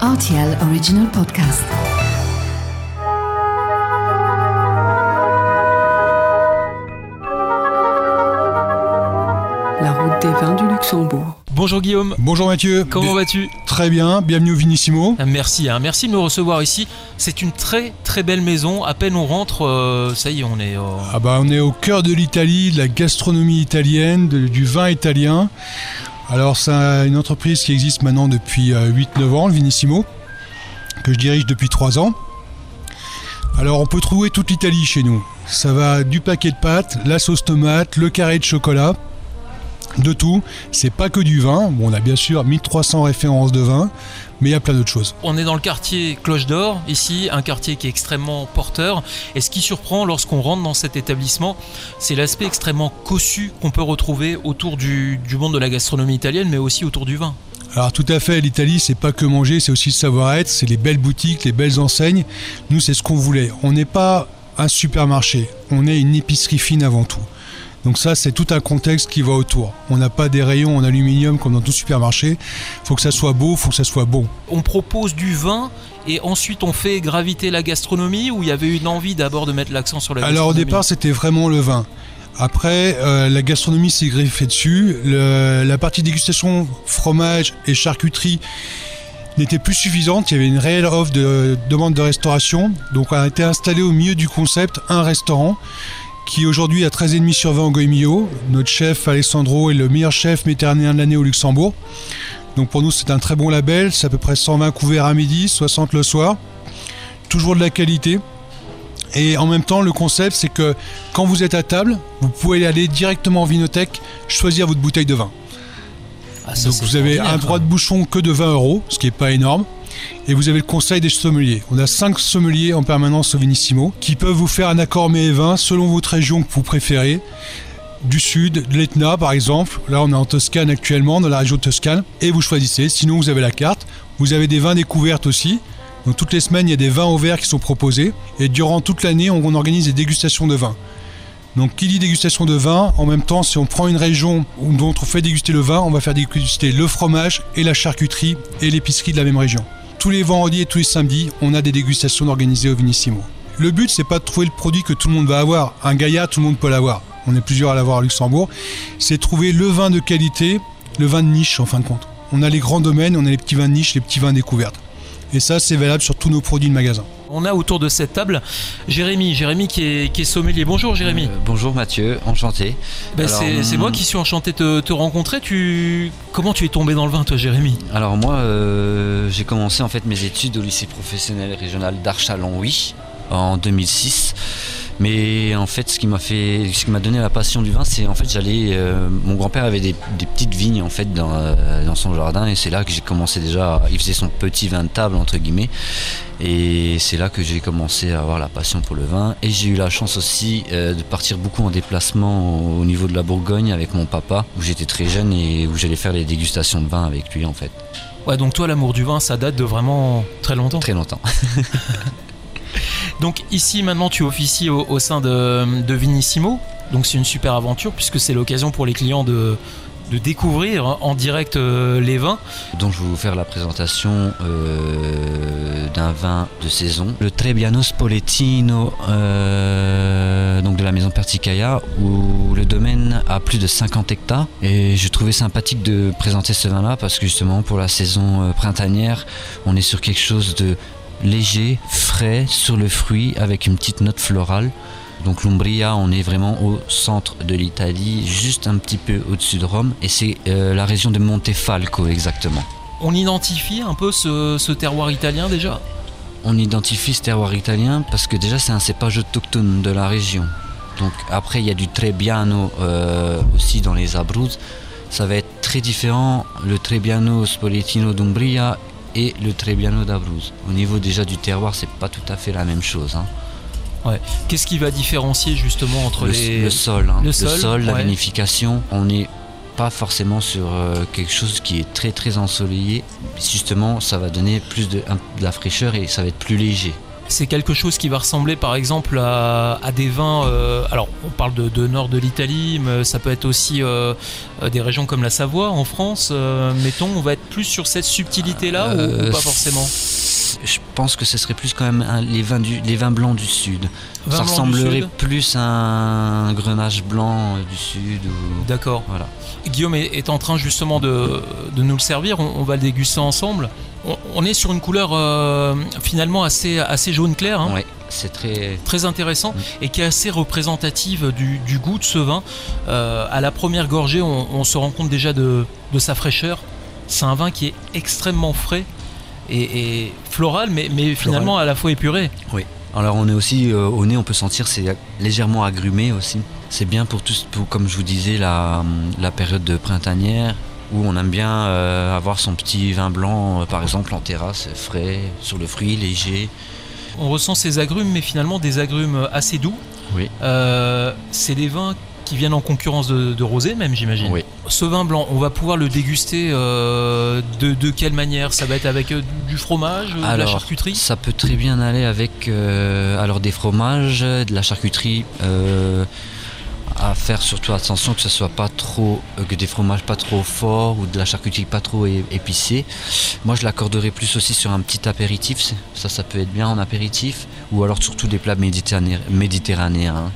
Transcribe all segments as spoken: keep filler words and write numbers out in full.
R T L Original Podcast. La route des vins du Luxembourg. Bonjour Guillaume. Bonjour Mathieu. Comment Bi- vas-tu ? Très bien, bienvenue au Vinissimo. Merci, hein. Merci de me recevoir ici. C'est une très très belle maison. À peine on rentre, euh, ça y est, on est... Euh... Ah bah on est au cœur de l'Italie, de la gastronomie italienne, de- du vin italien. Alors c'est une entreprise qui existe maintenant depuis euh, huit neuf ans, le Vinissimo, que je dirige depuis trois ans. Alors on peut trouver toute l'Italie chez nous. Ça va du paquet de pâtes, la sauce tomate, le carré de chocolat, de tout. C'est pas que du vin. Bon, on a bien sûr mille trois cents références de vin, mais il y a plein d'autres choses. On est dans le quartier Cloche d'Or, ici, un quartier qui est extrêmement porteur. Et ce qui surprend lorsqu'on rentre dans cet établissement, c'est l'aspect extrêmement cossu qu'on peut retrouver autour du, du monde de la gastronomie italienne, mais aussi autour du vin. Alors tout à fait, l'Italie c'est pas que manger, c'est aussi le savoir-être, c'est les belles boutiques, les belles enseignes. Nous c'est ce qu'on voulait. On n'est pas un supermarché, on est une épicerie fine avant tout. Donc ça c'est tout un contexte qui va autour. On n'a pas des rayons en aluminium comme dans tout supermarché. Il faut que ça soit beau, il faut que ça soit bon. On propose du vin et ensuite on fait graviter la gastronomie, ou il y avait une envie d'abord de mettre l'accent sur la gastronomie ? Alors au départ c'était vraiment le vin. Après, euh, la gastronomie s'est greffée dessus. Le, la partie dégustation, fromage et charcuterie n'était plus suffisante. Il y avait une réelle offre de demande de restauration. Donc on a été installé au milieu du concept un restaurant qui aujourd'hui a treize virgule cinq sur vingt au Goemio. Notre chef Alessandro est le meilleur chef méditerranéen de l'année au Luxembourg. Donc pour nous c'est un très bon label. C'est à peu près cent vingt couverts à midi, soixante le soir. Toujours de la qualité. Et en même temps, le concept, c'est que quand vous êtes à table, vous pouvez aller directement en vinothèque, choisir votre bouteille de vin. Ah, ça, Donc c'est vous avez un droit de bouchon que de vingt euros, ce qui n'est pas énorme. Et vous avez le conseil des sommeliers. On a cinq sommeliers en permanence au Vinissimo qui peuvent vous faire un accord mets et vins selon votre région que vous préférez. Du sud, de l'Etna par exemple. Là, on est en Toscane actuellement, dans la région de Toscane. Et vous choisissez. Sinon, vous avez la carte. Vous avez des vins découvertes aussi. Donc toutes les semaines, il y a des vins au verre qui sont proposés. Et durant toute l'année, on organise des dégustations de vin. Donc qui dit dégustation de vin, en même temps, si on prend une région dont on fait déguster le vin, on va faire déguster le fromage et la charcuterie et l'épicerie de la même région. Tous les vendredis et tous les samedis, on a des dégustations organisées au Vinissimo. Le but, c'est pas de trouver le produit que tout le monde va avoir. Un Gaïa, tout le monde peut l'avoir. On est plusieurs à l'avoir à Luxembourg. C'est trouver le vin de qualité, le vin de niche en fin de compte. On a les grands domaines, on a les petits vins de niche, les petits vins découvertes. Et ça, c'est valable sur tous nos produits de magasin. On a autour de cette table Jérémy, Jérémy qui est, qui est sommelier. Bonjour Jérémy. Euh, bonjour Mathieu, enchanté. Ben Alors, c'est, c'est moi qui suis enchanté de te, te rencontrer. Tu... Comment tu es tombé dans le vin toi Jérémy ? Alors moi, euh, j'ai commencé en fait mes études au lycée professionnel régional d'Archalon-Huy en deux mille six. Mais en fait, ce qui m'a fait, ce qui m'a donné la passion du vin, c'est en fait j'allais, euh, mon grand-père avait des, des petites vignes en fait dans, euh, dans son jardin, et c'est là que j'ai commencé déjà. À, il faisait son petit vin de table entre guillemets, et c'est là que j'ai commencé à avoir la passion pour le vin. Et j'ai eu la chance aussi euh, de partir beaucoup en déplacement au, au niveau de la Bourgogne avec mon papa, où j'étais très jeune et où j'allais faire les dégustations de vin avec lui en fait. Ouais, donc toi l'amour du vin, ça date de vraiment très longtemps. Très longtemps. Donc ici maintenant tu officies au, au sein de, de Vinissimo, donc c'est une super aventure puisque c'est l'occasion pour les clients de, de découvrir en direct euh, les vins. Donc je vais vous faire la présentation euh, d'un vin de saison, le Trebbiano Spoletino euh, donc de la maison Perticaia, où le domaine a plus de cinquante hectares, et je trouvais sympathique de présenter ce vin là parce que justement pour la saison euh, printanière on est sur quelque chose de léger, frais, sur le fruit, avec une petite note florale. Donc l'Umbria, on est vraiment au centre de l'Italie, juste un petit peu au-dessus de Rome, et c'est euh, la région de Montefalco exactement. On identifie un peu ce, ce terroir italien déjà ? On identifie ce terroir italien parce que déjà c'est un cépage autochtone de la région. Donc après il y a du Trebbiano euh, aussi dans les Abruzzes. Ça va être très différent, le Trebbiano Spoletino d'Umbria et le Trebbiano d'Abruzzo. Au niveau déjà du terroir, c'est pas tout à fait la même chose. Hein. Ouais. Qu'est-ce qui va différencier justement entre le, les... le sol, hein. le le sol, sol, la ouais. vinification. On n'est pas forcément sur euh, quelque chose qui est très très ensoleillé. Justement, ça va donner plus de, un, de la fraîcheur et ça va être plus léger. C'est quelque chose qui va ressembler par exemple à, à des vins, euh, alors on parle de, de nord de l'Italie, mais ça peut être aussi euh, des régions comme la Savoie en France, euh, mettons, on va être plus sur cette subtilité-là euh, ou, ou pas forcément? Je pense que ce serait plus quand même un, les, vins du, les vins blancs du Sud. Vin ça blanc ressemblerait du Sud. Plus à un grenache blanc du Sud. Ou... D'accord. Voilà. Guillaume est, est en train justement de, de nous le servir, on, on va le déguster ensemble. On, on est sur une couleur euh, finalement assez, assez jaune clair, hein, Oui, c'est très... très intéressant mmh. et qui est assez représentative du, du goût de ce vin. Euh, à la première gorgée, on, on se rend compte déjà de, de sa fraîcheur. C'est un vin qui est extrêmement frais et, et floral, mais, mais finalement floral. À la fois épuré. Oui. Alors on est aussi euh, au nez, on peut sentir c'est légèrement agrumé aussi. C'est bien pour tout, pour, comme je vous disais, la, la période de printanière où on aime bien euh, avoir son petit vin blanc, euh, par exemple en terrasse, frais, sur le fruit, léger. On ressent ces agrumes, mais finalement des agrumes assez doux. Oui. Euh, c'est des vins qui viennent en concurrence de, de rosé même, j'imagine. Oui. Ce vin blanc, on va pouvoir le déguster euh, de, de quelle manière? Ça va être avec euh, du fromage, alors, de la charcuterie? Ça peut très bien aller avec euh, alors des fromages, de la charcuterie. Euh, à faire surtout attention que ce soit pas trop, euh, que des fromages pas trop forts ou de la charcuterie pas trop épicée. Moi je l'accorderais plus aussi sur un petit apéritif, ça ça peut être bien en apéritif, ou alors surtout des plats méditerranéens. méditerranéens.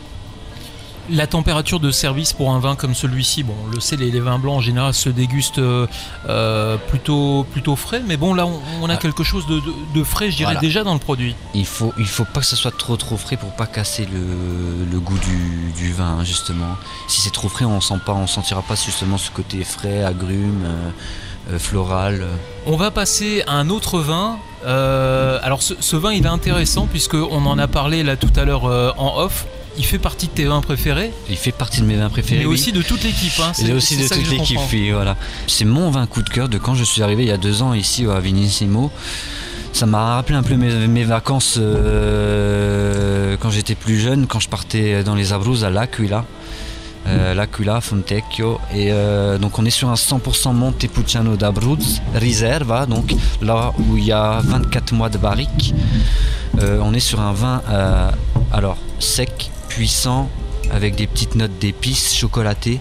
La température de service pour un vin comme celui-ci, bon, on le sait, les, les vins blancs en général se dégustent euh, plutôt, plutôt frais, mais bon là on, on a ah. quelque chose de, de, de frais, je dirais voilà. déjà dans le produit. Il faut, il faut pas que ce soit trop trop frais pour pas casser le, le goût du, du vin justement. Si c'est trop frais, on sent pas, on sentira pas justement ce côté frais, agrumes, euh, euh, floral. On va passer à un autre vin. Euh, alors ce, ce vin il est intéressant puisque on en a parlé là tout à l'heure euh, en off. Il fait partie de tes vins préférés. Il fait partie de mes vins préférés. Mais oui. aussi de toute l'équipe. Hein. C'est, aussi c'est de toute l'équipe, oui, voilà. C'est mon vin coup de cœur de quand je suis arrivé il y a deux ans ici à Vinissimo. Ça m'a rappelé un peu mes, mes vacances euh, quand j'étais plus jeune, quand je partais dans les Abruzzes à L'Aquila. Euh, L'Aquila, Fontecchio. Et euh, donc on est sur un cent pour cent Montepulciano d'Abruzzo, Riserva, donc là où il y a vingt-quatre mois de barrique. Euh, on est sur un vin euh, alors sec, puissant, avec des petites notes d'épices chocolatées,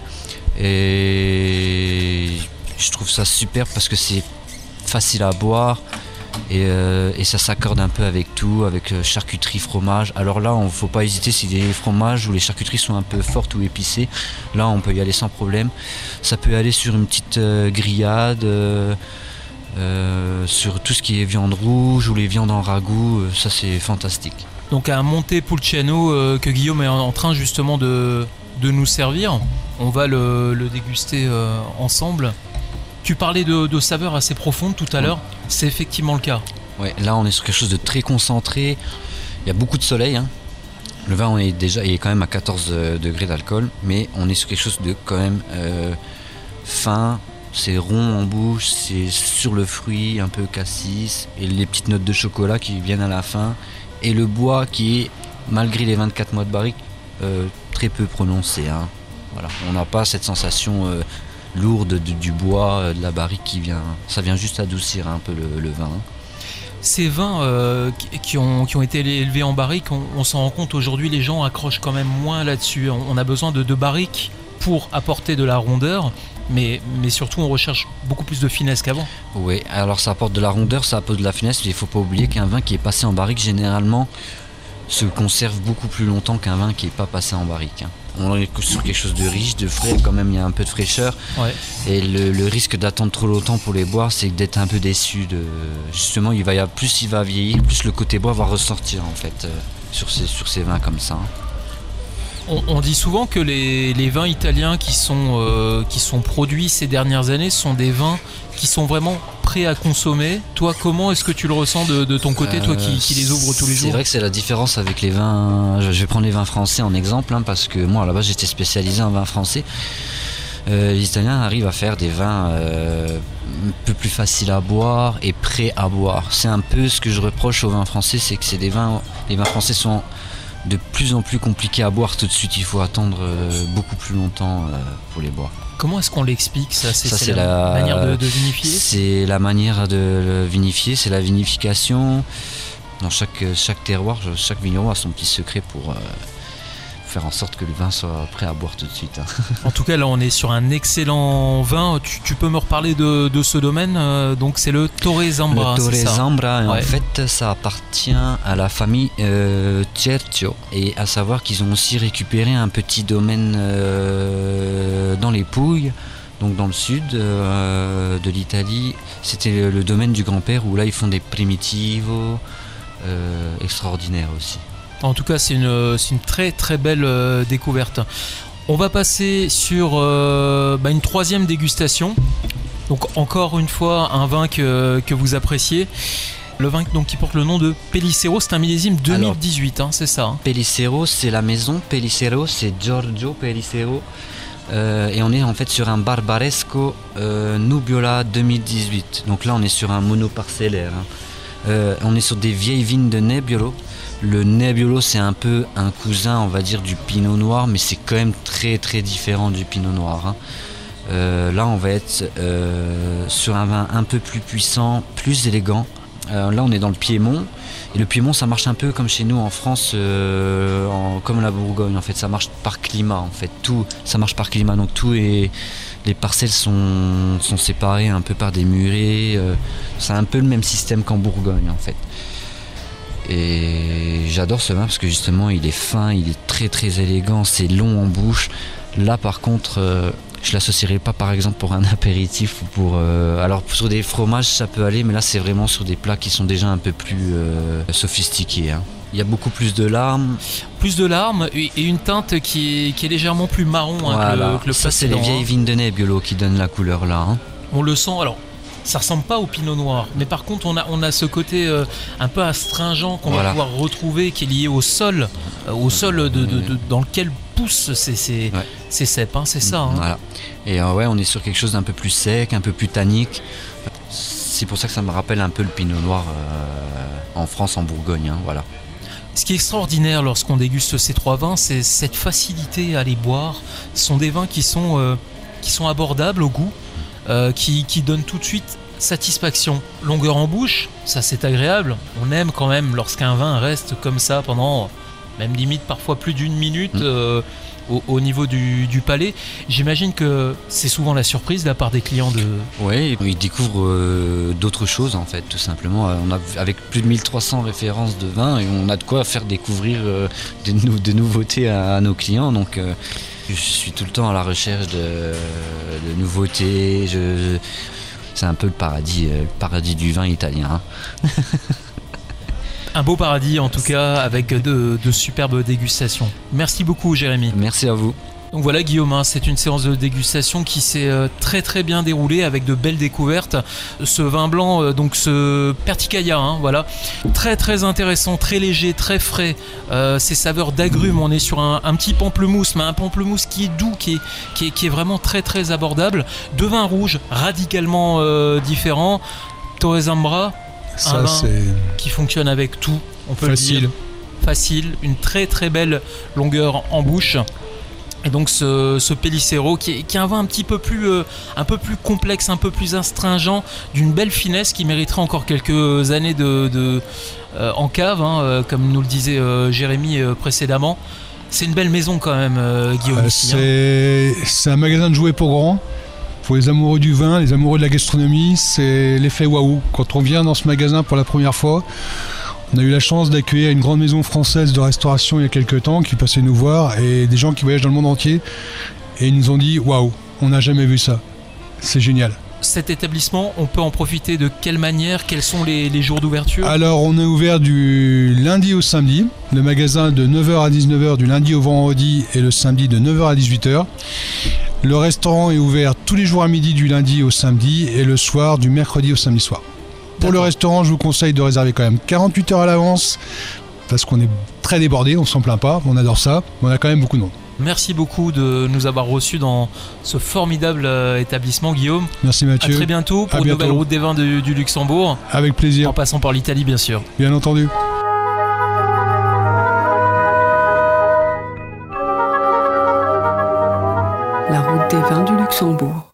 et je trouve ça super parce que c'est facile à boire et, euh, et ça s'accorde un peu avec tout, avec euh, charcuterie, fromage. Alors là, on ne faut pas hésiter si les fromages ou les charcuteries sont un peu fortes ou épicées, là on peut y aller sans problème. Ça peut aller sur une petite euh, grillade, euh, euh, sur tout ce qui est viande rouge ou les viandes en ragoût, euh, ça c'est fantastique. Donc un Montepulciano euh, que Guillaume est en train justement de, de nous servir. On va le, le déguster euh, ensemble. Tu parlais de, de saveurs assez profondes tout à l'heure. C'est effectivement le cas. Ouais, là on est sur quelque chose de très concentré. Il y a beaucoup de soleil. Hein. Le vin on est déjà, il est quand même à quatorze degrés d'alcool, mais on est sur quelque chose de quand même euh, fin. C'est rond en bouche, c'est sur le fruit, un peu cassis, et les petites notes de chocolat qui viennent à la fin. Et le bois qui est, malgré les vingt-quatre mois de barrique, euh, très peu prononcé. Hein. Voilà. On n'a pas cette sensation euh, lourde de, du bois, euh, de la barrique qui vient. Ça vient juste adoucir un peu le, le vin. Ces vins euh, qui, qui, ont, qui ont été élevés en barrique, on, on s'en rend compte aujourd'hui, les gens accrochent quand même moins là-dessus. On, on a besoin de, de barriques pour apporter de la rondeur. Mais, mais surtout on recherche beaucoup plus de finesse qu'avant. Oui, alors ça apporte de la rondeur, ça apporte de la finesse, mais il ne faut pas oublier qu'un vin qui est passé en barrique généralement se conserve beaucoup plus longtemps qu'un vin qui n'est pas passé en barrique. On est sur quelque chose de riche, de frais, quand même il y a un peu de fraîcheur. Ouais. Et le, le risque d'attendre trop longtemps pour les boire, c'est d'être un peu déçu. De, justement, il va y avoir, plus il va vieillir, plus le côté bois va ressortir en fait euh, sur, ces, sur ces vins comme ça. On, on dit souvent que les, les vins italiens qui sont, euh, qui sont produits ces dernières années sont des vins qui sont vraiment prêts à consommer. Toi, comment est-ce que tu le ressens de, de ton côté, euh, toi qui, qui les ouvres tous les jours? C'est vrai que c'est la différence avec les vins. Je vais prendre les vins français en exemple, hein, parce que moi à la base j'étais spécialisé en vin français. Euh, les Italiens arrivent à faire des vins euh, un peu plus faciles à boire et prêts à boire. C'est un peu ce que je reproche aux vins français, c'est que c'est des vins, les vins français sont de plus en plus compliqué à boire tout de suite, il faut attendre euh, beaucoup plus longtemps euh, pour les boire. Comment est-ce qu'on l'explique ça? C'est, ça, c'est, c'est la, la manière de, de vinifier? C'est la manière de vinifier, c'est la vinification. Dans chaque, chaque terroir, chaque vigneron a son petit secret pour euh, faire en sorte que le vin soit prêt à boire tout de suite. En tout cas, là, on est sur un excellent vin. Tu, tu peux me reparler de, de ce domaine euh, donc, c'est le Torre Zambra. Le Torre c'est ça Zambra, ouais. En fait, ça appartient à la famille euh, Cercio. Et à savoir qu'ils ont aussi récupéré un petit domaine euh, dans les Pouilles, donc dans le sud euh, de l'Italie. C'était le domaine du grand-père où là, ils font des Primitivo euh, extraordinaires aussi. En tout cas, c'est une, c'est une très très belle euh, découverte. On va passer sur euh, bah, une troisième dégustation. Donc encore une fois, un vin que, que vous appréciez. Le vin donc, qui porte le nom de Pellicero, c'est un millésime deux mille dix-huit, hein, c'est ça hein. Pellicero, c'est la maison. Pellicero, c'est Giorgio Pellicero. Euh, et on est en fait sur un Barbaresco euh, Nubiola deux mille dix-huit. Donc là, on est sur un monoparcellaire. Hein. Euh, on est sur des vieilles vignes de Nebbiolo. Le Nebbiolo, c'est un peu un cousin, on va dire, du Pinot Noir, mais c'est quand même très très différent du Pinot Noir. Hein. Euh, là, on va être euh, sur un vin un peu plus puissant, plus élégant. Euh, là, on est dans le Piémont. Et le Piémont, ça marche un peu comme chez nous en France, euh, en, comme la Bourgogne. En fait, ça marche par climat. En fait, tout, ça marche par climat. Donc tout est, les parcelles sont, sont séparées un peu par des murets. Euh, c'est un peu le même système qu'en Bourgogne, en fait. Et j'adore ce vin parce que justement il est fin, il est très très élégant, c'est long en bouche. Là par contre euh, je l'associerais pas par exemple pour un apéritif ou pour euh, alors sur des fromages ça peut aller, mais là c'est vraiment sur des plats qui sont déjà un peu plus euh, sophistiqués hein. Il y a beaucoup plus de larmes. Plus de larmes et une teinte qui est, qui est légèrement plus marron hein, voilà. que le, que le ça c'est les vieilles vignes de Nebbiolo qui donnent la couleur là hein. On le sent, alors ça ressemble pas au Pinot Noir, mais par contre on a, on a ce côté euh, un peu astringent qu'on voilà. va pouvoir retrouver, qui est lié au sol, euh, au sol de, de, de, dans lequel poussent ces, ces, ouais. ces cèpes, hein, c'est ça. Hein. Voilà. Et euh, ouais, on est sur quelque chose d'un peu plus sec, un peu plus tannique. C'est pour ça que ça me rappelle un peu le Pinot Noir euh, en France, en Bourgogne. Hein, voilà. Ce qui est extraordinaire lorsqu'on déguste ces trois vins, c'est cette facilité à les boire. Ce sont des vins qui sont, euh, qui sont abordables au goût. Euh, qui, qui donne tout de suite satisfaction. Longueur en bouche, ça c'est agréable. On aime quand même lorsqu'un vin reste comme ça pendant même limite parfois plus d'une minute mmh. euh, au, au niveau du, du palais. J'imagine que c'est souvent la surprise de la part des clients de... Oui, ils découvrent euh, d'autres choses en fait, tout simplement. On a, avec plus de mille trois cents références de vins, et on a de quoi faire découvrir euh, des, nou- des nouveautés à, à nos clients. Donc euh, je suis tout le temps à la recherche de, de nouveautés. Je, je, c'est un peu le paradis, le paradis du vin italien. Hein. Un beau paradis en tout cas, avec de, de superbes dégustations. Merci beaucoup Jérémy. Merci à vous. Donc voilà Guillaume, hein, c'est une séance de dégustation qui s'est euh, très très bien déroulée avec de belles découvertes. Ce vin blanc, euh, donc ce Perticaia, hein, voilà, très très intéressant, très léger, très frais. Euh, ces saveurs d'agrumes, on est sur un, un petit pamplemousse, mais un pamplemousse qui est doux, qui est, qui est, qui est vraiment très très abordable. Deux vins rouges radicalement euh, différents. Torre Zambra, Ça, un vin c'est qui fonctionne avec tout, on peut facile. le dire. Facile, une très très belle longueur en bouche. Et donc ce, ce Pellicero qui est, qui est un vin un petit peu plus, euh, un peu plus complexe, un peu plus astringent, d'une belle finesse qui mériterait encore quelques années de, de, euh, en cave, hein, euh, comme nous le disait euh, Jérémy euh, précédemment. C'est une belle maison quand même, euh, Guillaume. Euh, ici, c'est, hein. c'est un magasin de jouets pour grands. Pour les amoureux du vin, les amoureux de la gastronomie, c'est l'effet waouh. Quand on vient dans ce magasin pour la première fois, on a eu la chance d'accueillir une grande maison française de restauration il y a quelques temps qui passait nous voir, et des gens qui voyagent dans le monde entier, et ils nous ont dit waouh, on n'a jamais vu ça. C'est génial. Cet établissement, on peut en profiter de quelle manière? Quels sont les, les jours d'ouverture? Alors on est ouvert du lundi au samedi, le magasin de neuf heures à dix-neuf heures du lundi au vendredi et le samedi de neuf heures à dix-huit heures. Le restaurant est ouvert tous les jours à midi du lundi au samedi et le soir du mercredi au samedi soir. Pour le restaurant, je vous conseille de réserver quand même quarante-huit heures à l'avance parce qu'on est très débordé, on s'en plaint pas, on adore ça, mais on a quand même beaucoup de monde. Merci beaucoup de nous avoir reçus dans ce formidable euh, établissement, Guillaume. Merci Mathieu. À très bientôt pour à une bientôt. nouvelle route des vins du, du Luxembourg. Avec plaisir. En passant par l'Italie, bien sûr. Bien entendu. La route des vins du Luxembourg.